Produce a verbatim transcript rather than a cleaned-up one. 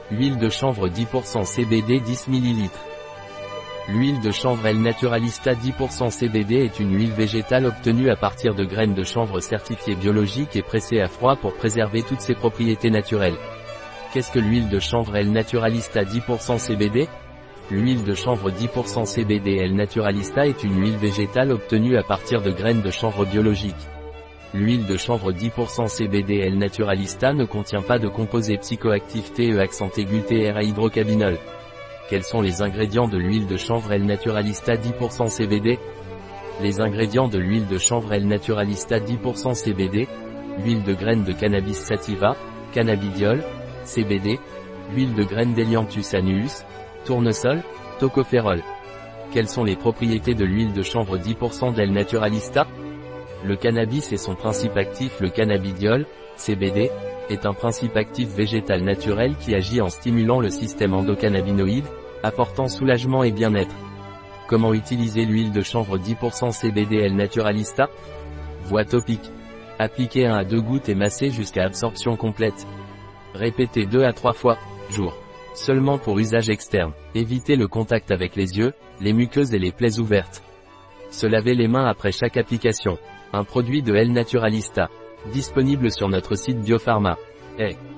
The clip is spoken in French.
Huile de chanvre dix pour cent C B D dix millilitres. L'huile de chanvre El Naturalista dix pour cent C B D est une huile végétale obtenue à partir de graines de chanvre certifiées biologiques et pressées à froid pour préserver toutes ses propriétés naturelles. Qu'est-ce que l'huile de chanvre El Naturalista dix pour cent C B D? L'huile de chanvre dix pour cent C B D El Naturalista est une huile végétale obtenue à partir de graines de chanvre biologiques. L'huile de chanvre dix pour cent C B D El Naturalista ne contient pas de composés psychoactifs T E accent aigu T R A hydrocannabinol. Quels sont les ingrédients de l'huile de chanvre El Naturalista dix pour cent C B D? Les ingrédients de l'huile de chanvre El Naturalista dix pour cent C B D, huile de graines de cannabis sativa, cannabidiol, C B D, huile de graines d'Helianthus annuus, tournesol, tocopherol. Quelles sont les propriétés de l'huile de chanvre dix pour cent d'El Naturalista? Le cannabis et son principe actif le cannabidiol, C B D, est un principe actif végétal naturel qui agit en stimulant le système endocannabinoïde, apportant soulagement et bien-être. Comment utiliser l'huile de chanvre dix pour cent C B D El Naturalista? Voie topique. Appliquer un à deux gouttes et masser jusqu'à absorption complète. Répétez deux à trois fois, jour. Seulement pour usage externe. Évitez le contact avec les yeux, les muqueuses et les plaies ouvertes. Se laver les mains après chaque application. Un produit de El Naturalista. Disponible sur notre site Biopharma. Hey.